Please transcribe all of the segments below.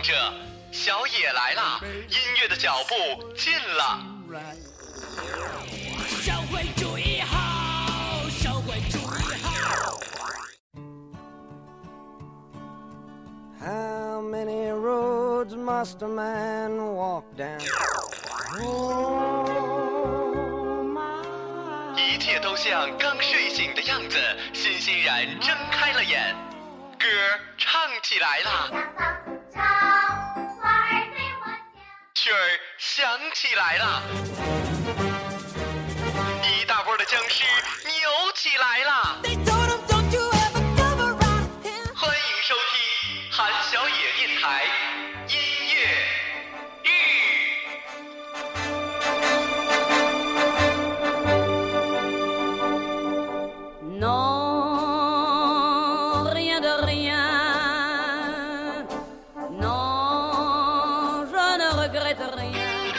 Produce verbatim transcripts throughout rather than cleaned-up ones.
着，小野来了，音乐的脚步近了。 社会主义好，社会主义好。 How many roads must a man walk down? Oh, 一切都像刚睡醒的样子，欣欣然睁开了眼，歌唱起来了，曲儿响起来了，一大波的僵尸扭起来了。欢迎收听韩小野电台音乐日。Non, rien de rien. Non, je ne regrette rien.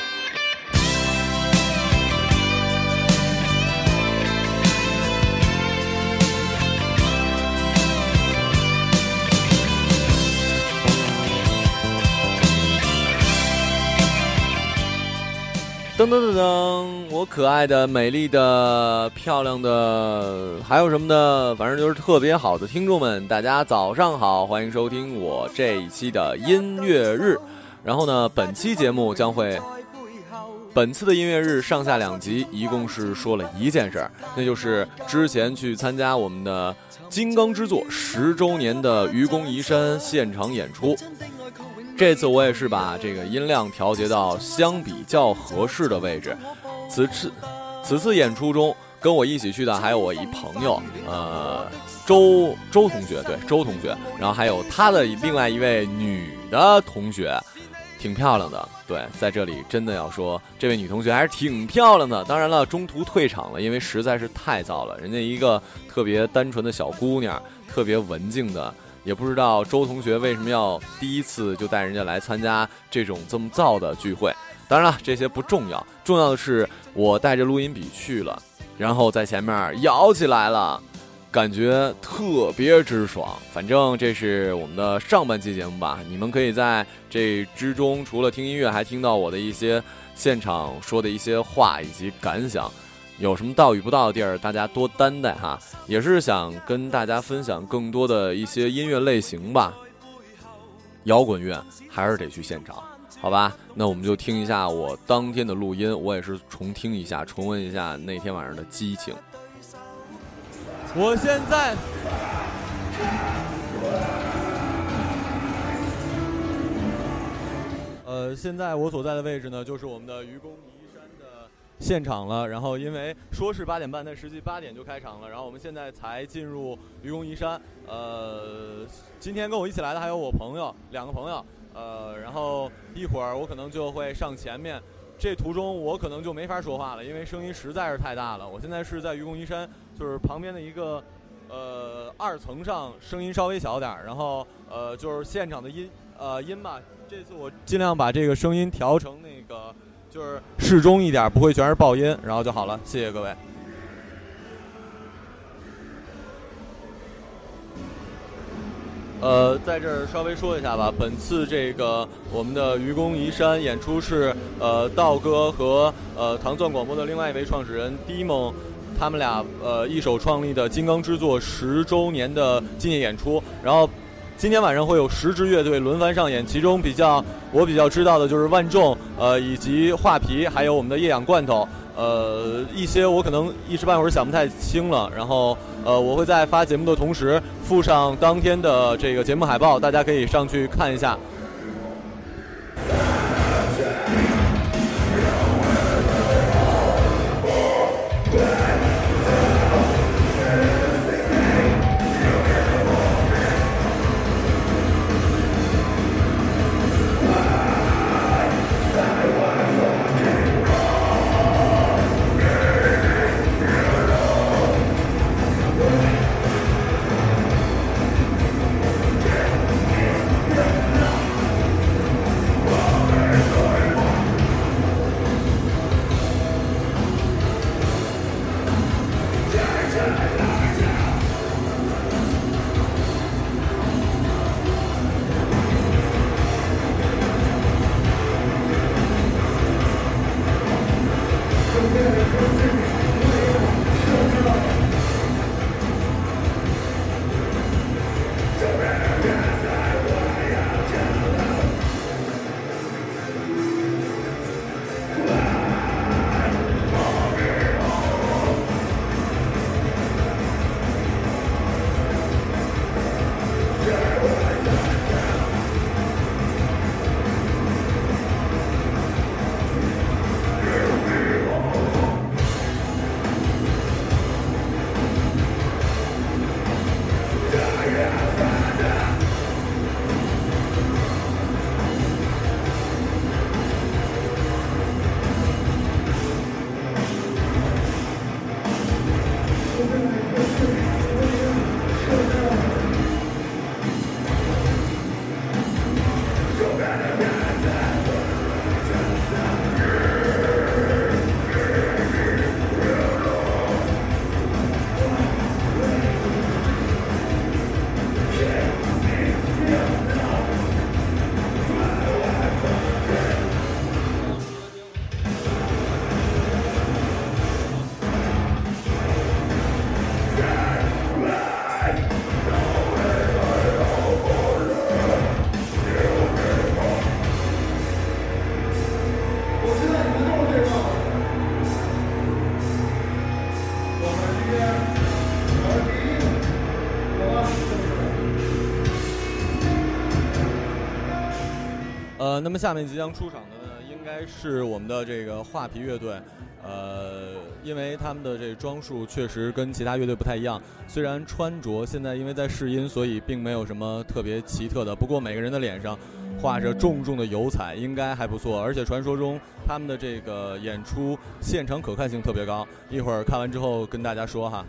噔噔噔噔，我可爱的、美丽的、漂亮的，还有什么的，反正就是特别好的听众们，大家早上好，欢迎收听我这一期的音乐日。然后呢，本期节目将会，本次的音乐日上下两集，一共是说了一件事，那就是之前去参加我们的金刚之作十周年的愚公移山现场演出。这次我也是把这个音量调节到相比较合适的位置。此次此次演出中，跟我一起去的还有我一朋友，呃，周周同学，对，周同学，然后还有他的另外一位女的同学，挺漂亮的。对，在这里真的要说，这位女同学还是挺漂亮的。当然了，中途退场了，因为实在是太燥了。人家一个特别单纯的小姑娘，特别文静的。也不知道周同学为什么要第一次就带人家来参加这种这么燥的聚会。当然了，这些不重要，重要的是我带着录音笔去了，然后在前面摇起来了，感觉特别之爽。反正这是我们的上半期节目吧，你们可以在这之中除了听音乐，还听到我的一些现场说的一些话以及感想。有什么到与不到的地儿，大家多担待哈。也是想跟大家分享更多的一些音乐类型吧。摇滚乐还是得去现场，好吧？那我们就听一下我当天的录音，我也是重听一下，重温一下那天晚上的激情。我现在呃，现在我所在的位置呢，就是我们的愚公移山的现场了。然后因为说是八点半，但实际八点就开场了。然后我们现在才进入愚公移山。呃，今天跟我一起来的还有我朋友，两个朋友。呃，然后一会儿我可能就会上前面。这途中我可能就没法说话了，因为声音实在是太大了。我现在是在愚公移山，就是旁边的一个呃二层上，声音稍微小点，然后呃就是现场的音呃音吧。这次我尽量把这个声音调成那个就是适中一点，不会全是爆音，然后就好了。谢谢各位。呃，在这儿稍微说一下吧，本次这个我们的愚公移山演出是呃道哥和呃糖蒜广播的另外一位创始人 Dimon， 他们俩呃一手创立的金刚之作十周年的纪念演出。然后今天晚上会有十支乐队轮番上演，其中比较我比较知道的就是万众，呃以及画皮，还有我们的液氧罐头。呃，一些我可能一时半会儿想不太清了，然后呃，我会在发节目的同时附上当天的这个节目海报，大家可以上去看一下。 呃，那么下面即将出场的呢，应该是我们的这个画皮乐队。呃，因为他们的这个装束确实跟其他乐队不太一样，虽然穿着现在因为在试音，所以并没有什么特别奇特的，不过每个人的脸上画着重重的油彩，应该还不错。而且传说中他们的这个演出现场可看性特别高，一会儿看完之后跟大家说哈。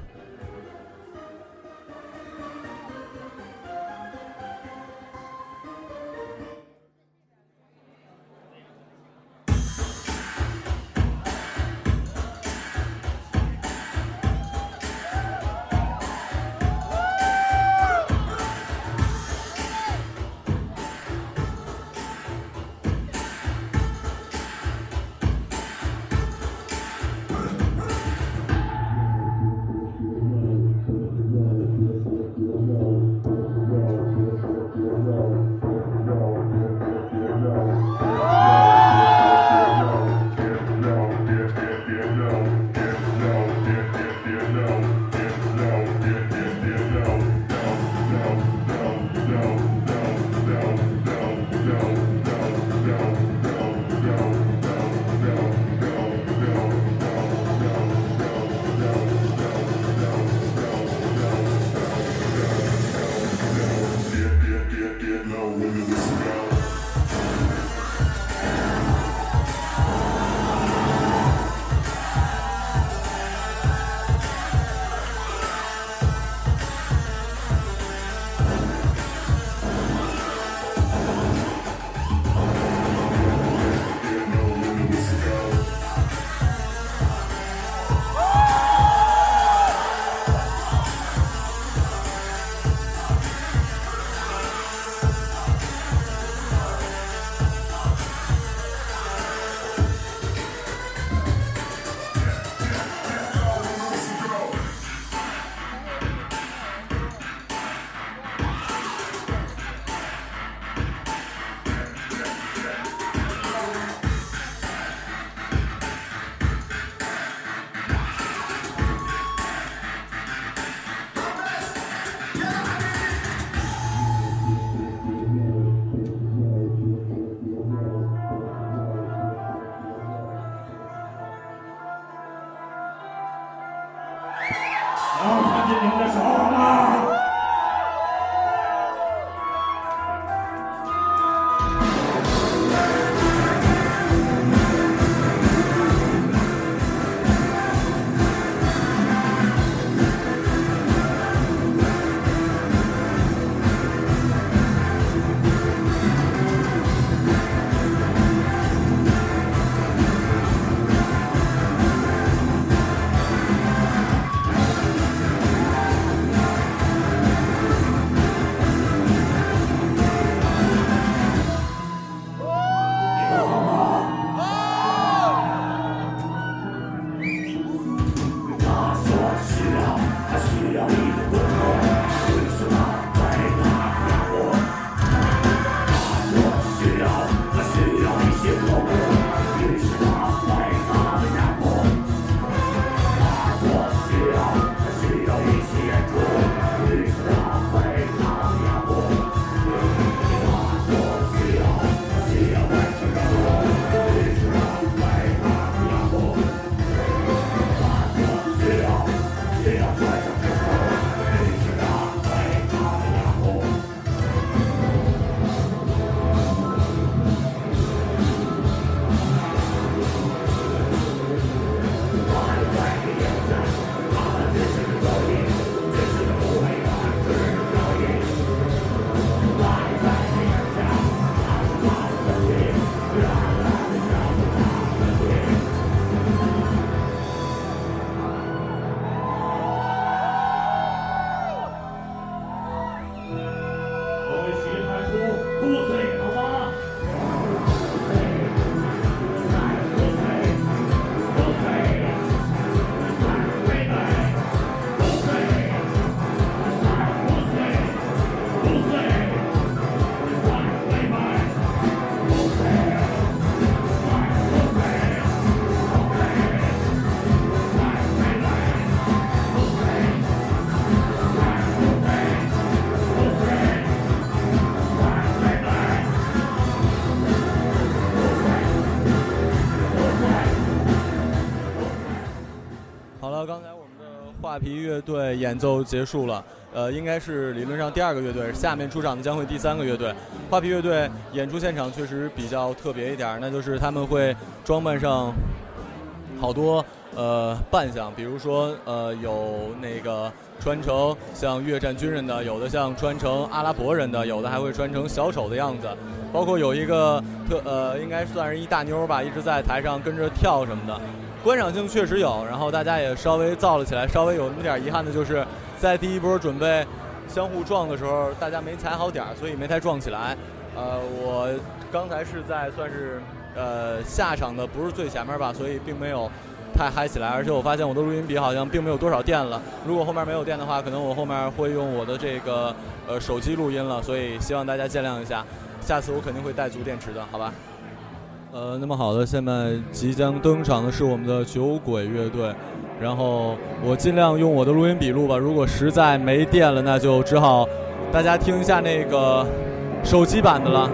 画皮乐队演奏结束了，呃，应该是理论上第二个乐队，下面出场的将会第三个乐队。画皮乐队演出现场确实比较特别一点，那就是他们会装扮上好多呃扮相，比如说呃有那个穿成像越战军人的，有的像穿成阿拉伯人的，有的还会穿成小丑的样子，包括有一个特呃应该算是一大妞吧，一直在台上跟着跳什么的。观赏性确实有，然后大家也稍微燥了起来，稍微有那么点遗憾的就是在第一波准备相互撞的时候，大家没踩好点，所以没太撞起来。呃，我刚才是在算是呃下场的不是最前面吧，所以并没有太嗨起来，而且我发现我的录音笔好像并没有多少电了。如果后面没有电的话，可能我后面会用我的这个呃手机录音了，所以希望大家见谅一下。下次我肯定会带足电池的，好吧？呃，那么好的，现在即将登场的是我们的酒鬼乐队，然后我尽量用我的录音笔录吧。如果实在没电了，那就只好大家听一下那个手机版的了。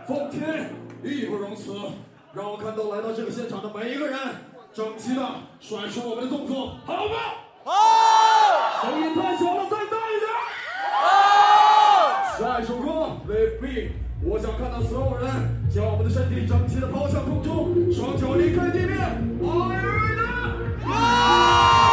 奉天，义不容辞。让我看到来到这个现场的每一个人，整齐的甩出我们的动作，好吗？好。声音太小了，再大一点。好。下一首歌 Live Me， 我想看到所有人将我们的身体整齐的抛向空中，双脚离开地面。Are you ready？ 好。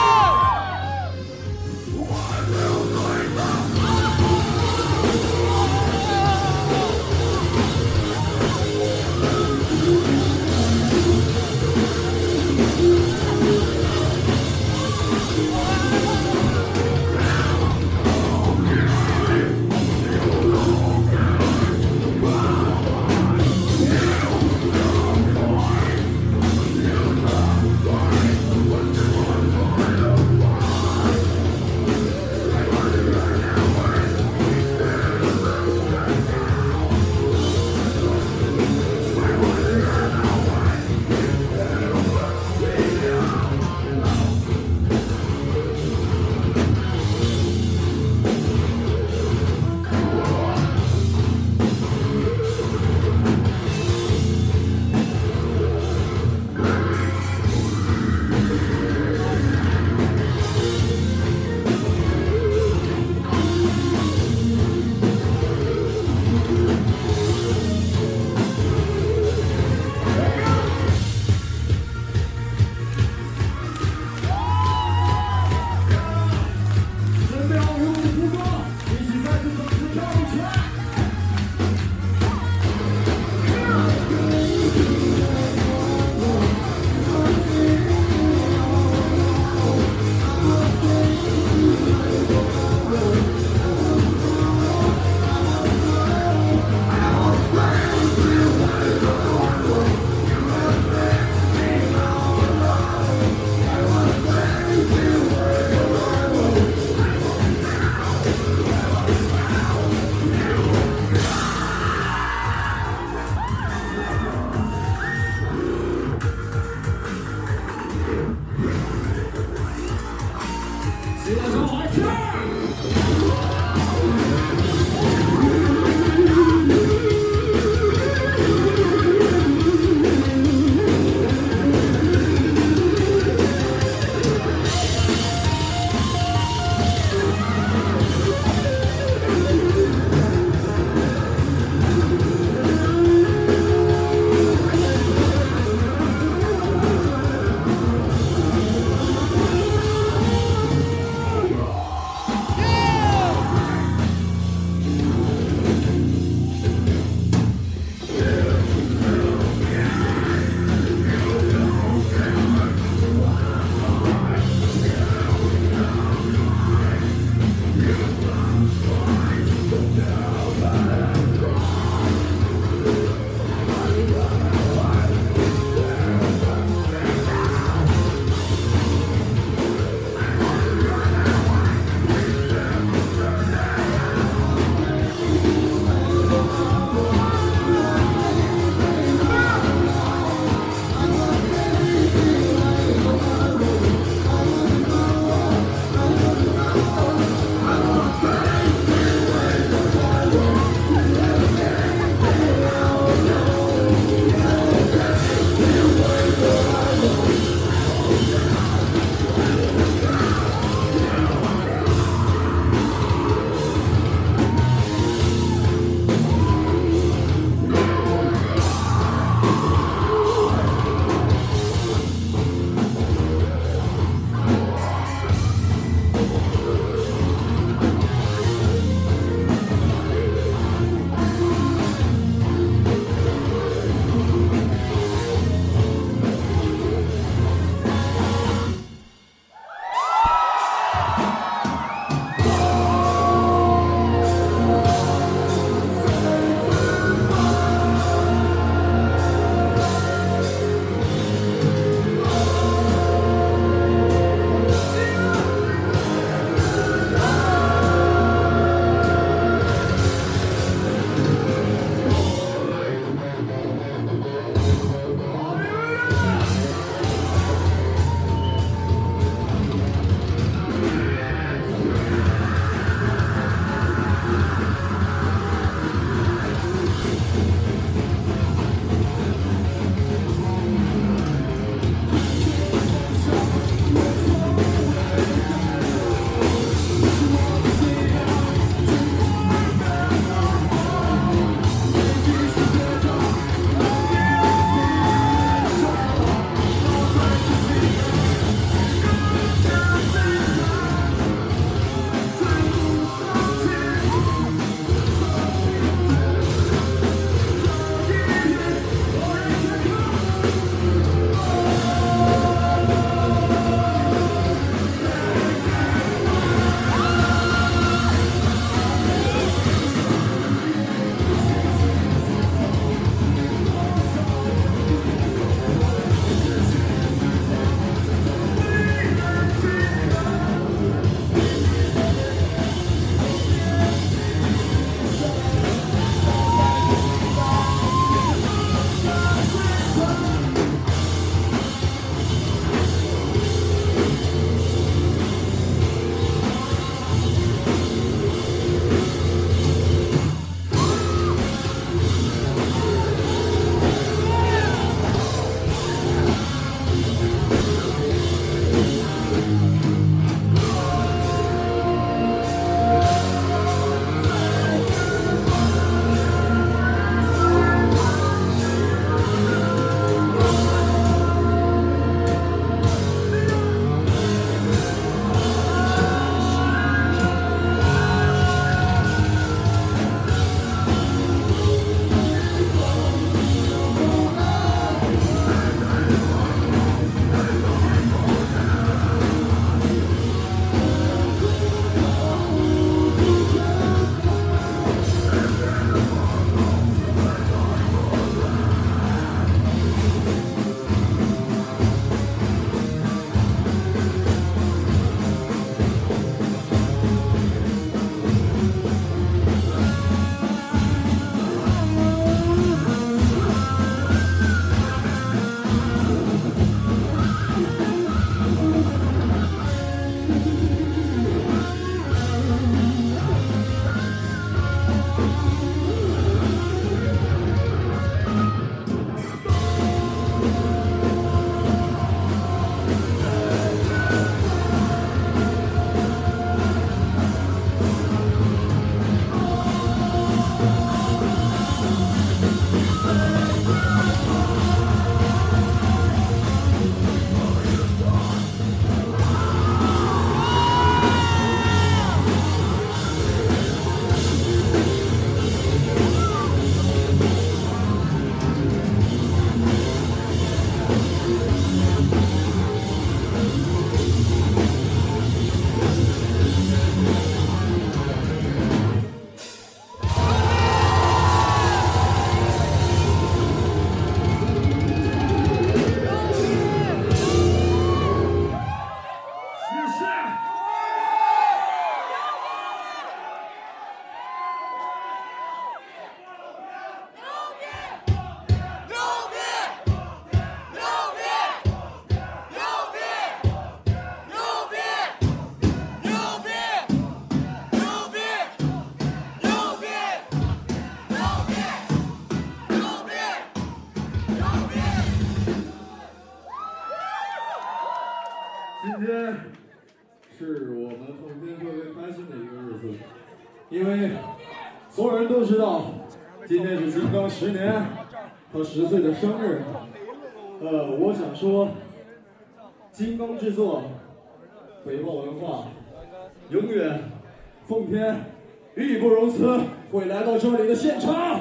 因为所有人都知道，今天是金刚十年他十岁的生日。呃，我想说，金刚制作、北豹文化，永远奉天义不容辞会来到这里的现场。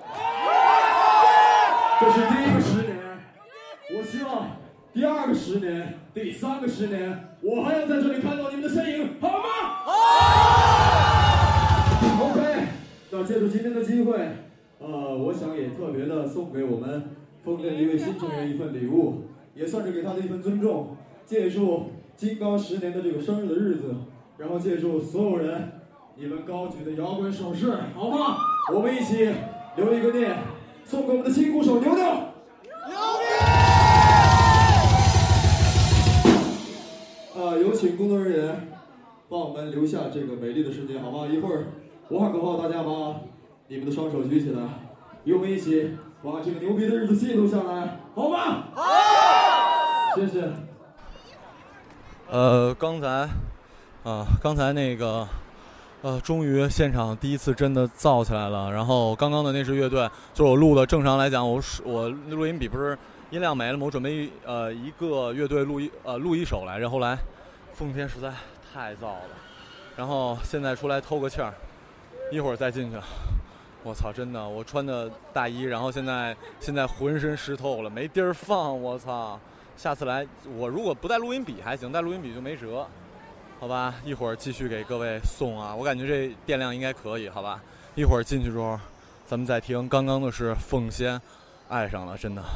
这是第一个十年，我希望第二个十年、第三个十年，我还要在这里看到你们的身影，好吗？好。OK， 那借助今天的机会，呃，我想也特别的送给我们奉天的一位新成员一份礼物，也算是给他的一份尊重。借助金刚十年的这个生日的日子，然后借助所有人你们高举的摇滚手势，好吗？我们一起留一个念，送给我们的新鼓手牛牛。啊，有请工作人员帮我们留下这个美丽的瞬间，好吗？一会儿我喊口号，大家把你们的双手举起来，与我们一起把这个牛逼的日子记录下来，好吗？好，谢谢。 呃，刚才，啊、呃，刚才那个，呃，终于现场第一次真的造起来了。然后刚刚的那支乐队，就是我录的，正常来讲，我我录音笔不是音量没了吗？我准备呃一个乐队录一呃录一首来，然后来，奉天实在太燥了，然后现在出来透个气儿，一会儿再进去。我操，真的，我穿的大衣，然后现在现在浑身湿透了，没地儿放，我操！下次来，我如果不带录音笔还行，带录音笔就没辙，好吧？一会儿继续给各位送啊，我感觉这电量应该可以，好吧？一会儿进去之后，咱们再听。刚刚的是凤仙，爱上了，真的。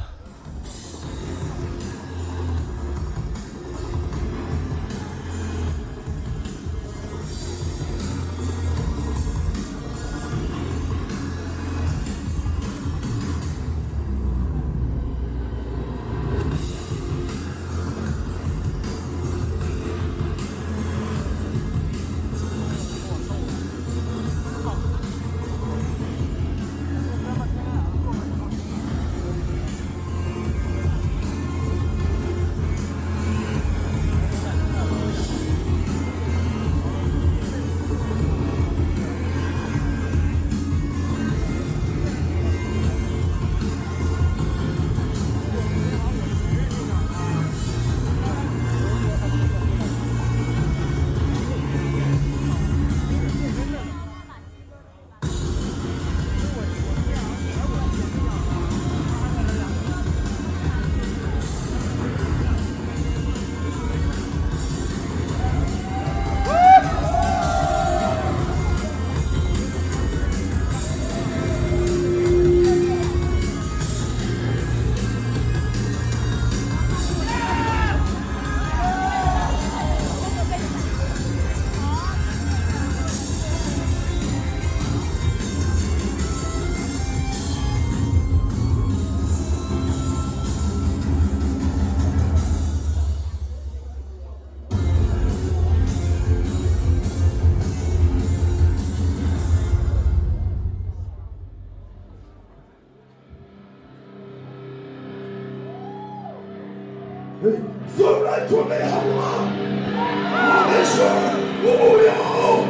所有人准备好了吗？我们是无友，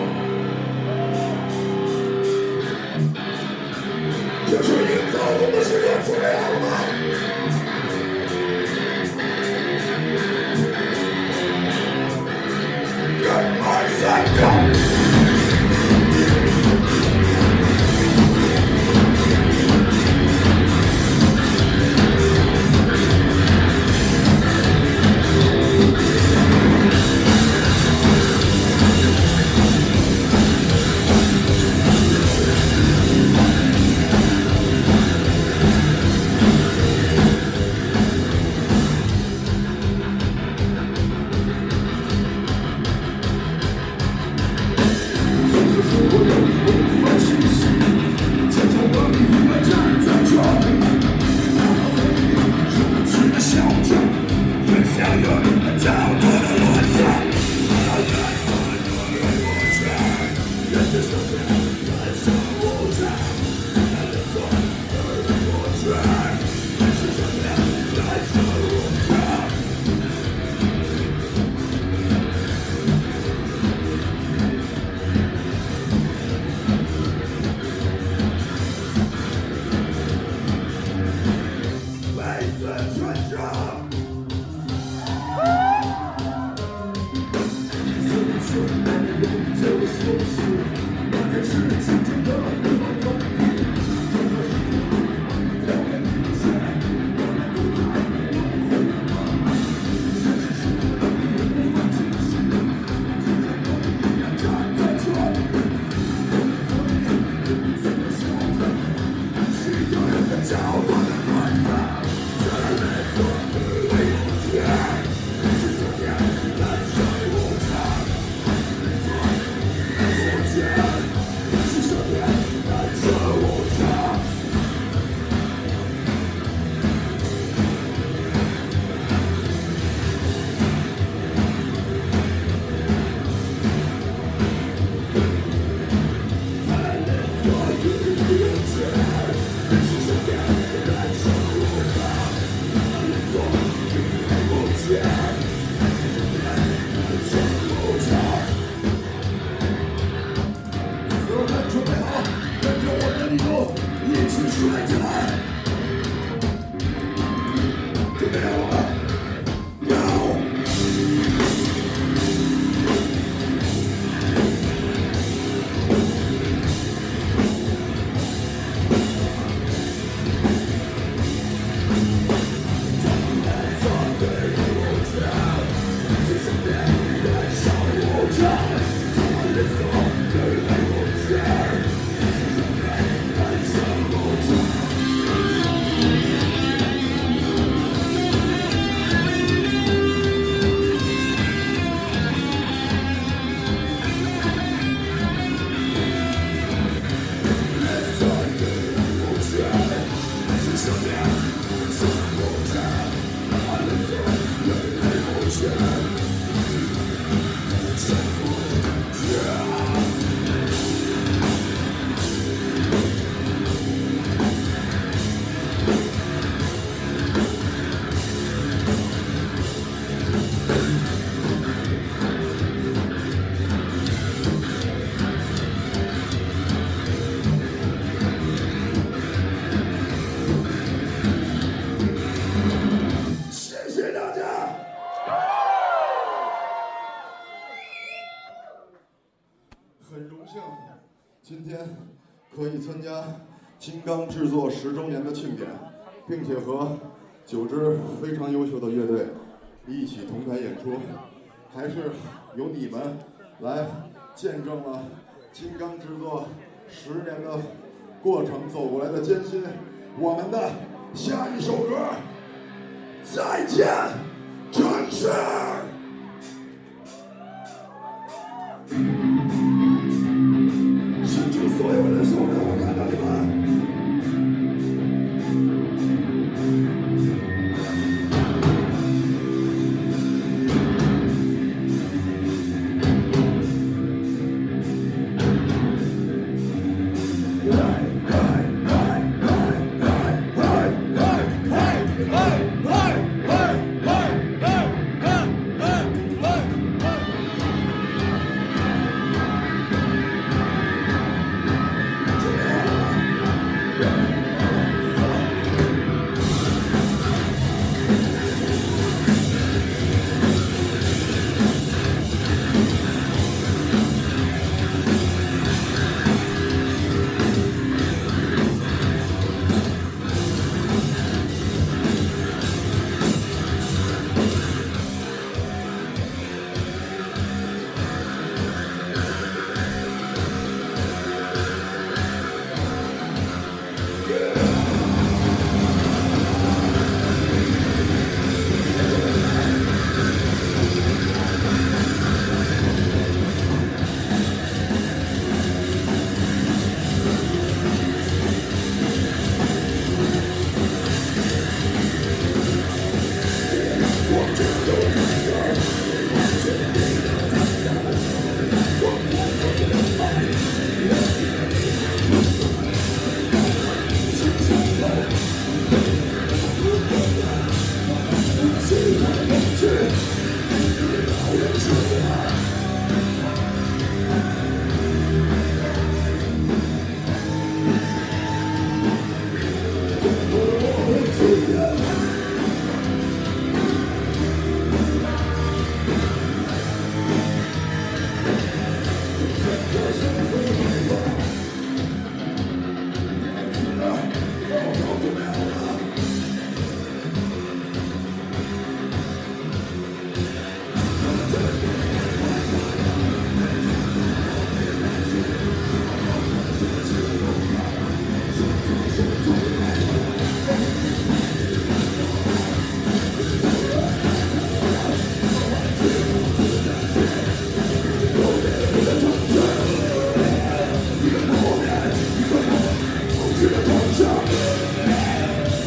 这是营造中的时间，准备好了吗？一二三，go！ 今天可以参加金刚制作十周年的庆典，并且和九支非常优秀的乐队一起同台演出，还是由你们来见证了金刚制作十年的过程走过来的艰辛。我们的下一首歌，再见，城市。伸出所有人的手，让我看到你们。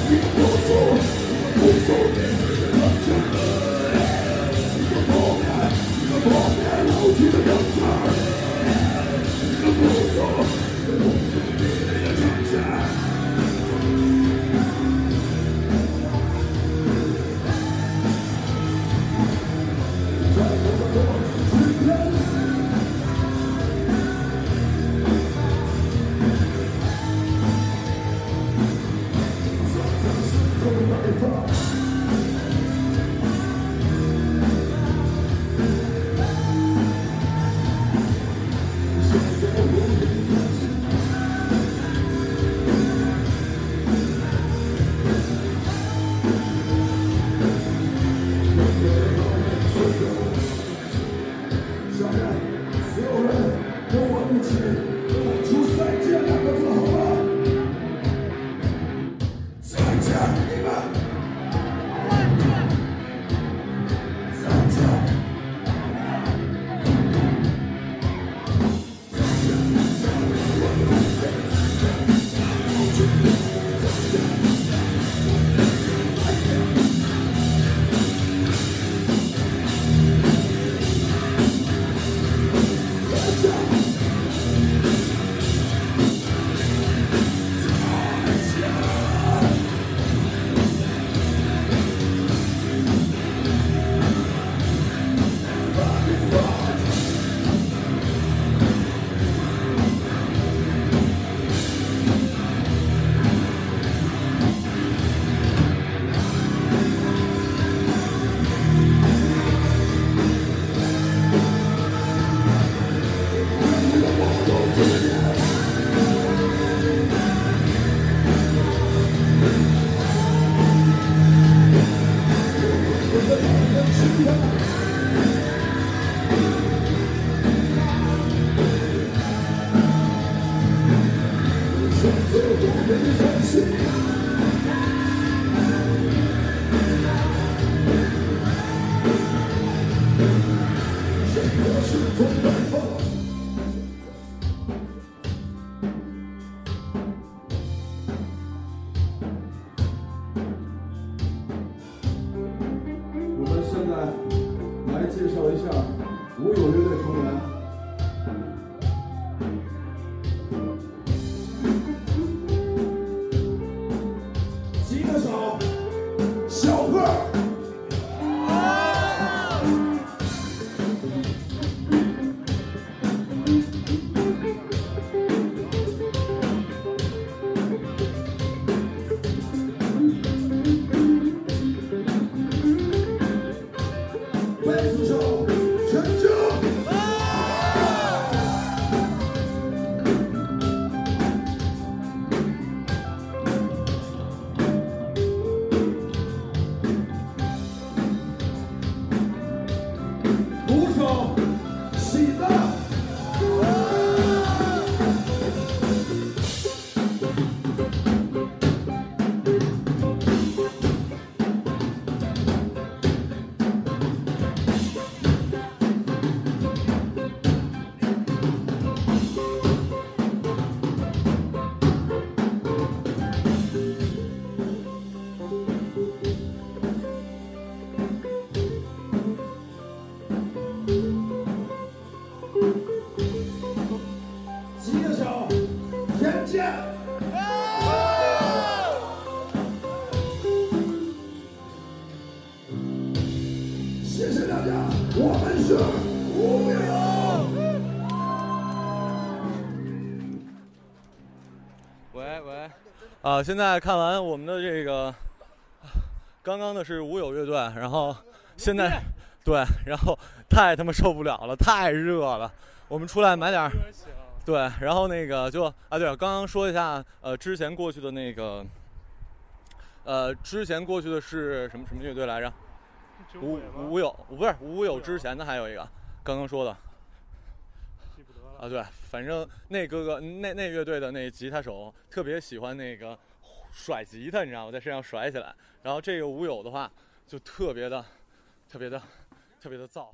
啊，现在看完我们的这个，刚刚的是无友乐队，然后现在，对，然后太他妈受不了了，太热了，我们出来买点，对，然后那个就啊，对，刚刚说一下，呃，之前过去的那个，呃，之前过去的是什么什么乐队来着？无无友，不是无友之前的还有一个，刚刚说的。啊，对，反正那哥哥那那乐队的那吉他手特别喜欢那个甩吉他，你知道吗？在身上甩起来。然后这个无友的话，就特别的、特别的、特别的燥。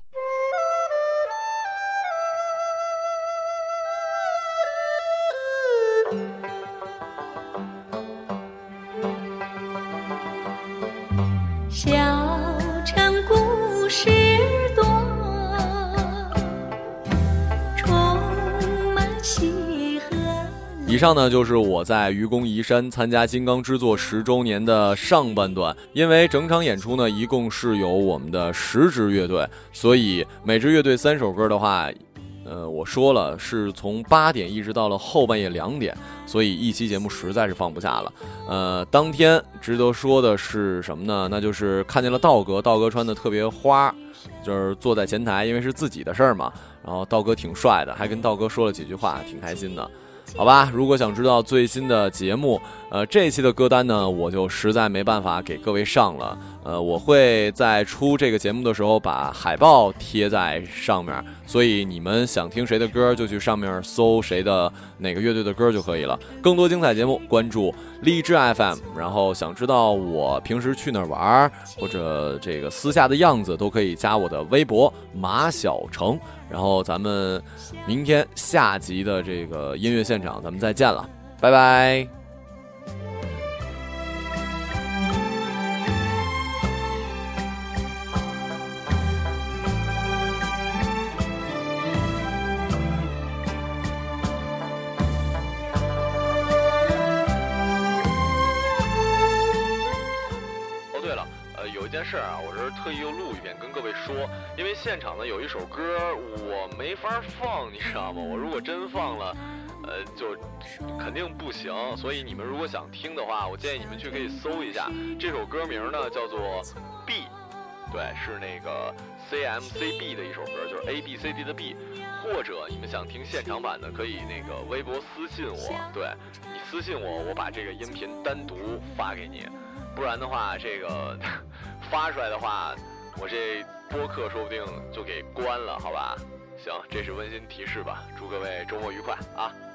小城故事多，充满喜和。 以上呢就是我在愚公移山参加金刚之作十周年的上半段。因为整场演出呢一共是有我们的十支乐队，所以每支乐队三首歌的话，呃，我说了是从八点一直到了后半夜两点，所以一期节目实在是放不下了。呃，当天值得说的是什么呢？那就是看见了道哥，道哥穿的特别花，就是坐在前台，因为是自己的事儿嘛。然后道哥挺帅的，还跟道哥说了几句话，挺开心的。好吧，如果想知道最新的节目，呃，这一期的歌单呢，我就实在没办法给各位上了。呃，我会在出这个节目的时候把海报贴在上面，所以你们想听谁的歌就去上面搜谁的哪个乐队的歌就可以了。更多精彩节目关注荔枝 F M， 然后想知道我平时去哪儿玩或者这个私下的样子，都可以加我的微博马小成。然后咱们明天下集的这个音乐现场咱们再见了，拜拜。 事啊，我这是特意又录一遍跟各位说，因为现场呢有一首歌我没法放，你知道吗？我如果真放了，呃，就肯定不行。所以你们如果想听的话，我建议你们去可以搜一下这首歌名呢，叫做 B， 对，是那个 C M C B 的一首歌，就是 A B C D 的 B。或者你们想听现场版的，可以那个微博私信我，对你私信我，我把这个音频单独发给你。不然的话，这个发出来的话，我这播客说不定就给关了，好吧？行，这是温馨提示吧。祝各位周末愉快啊！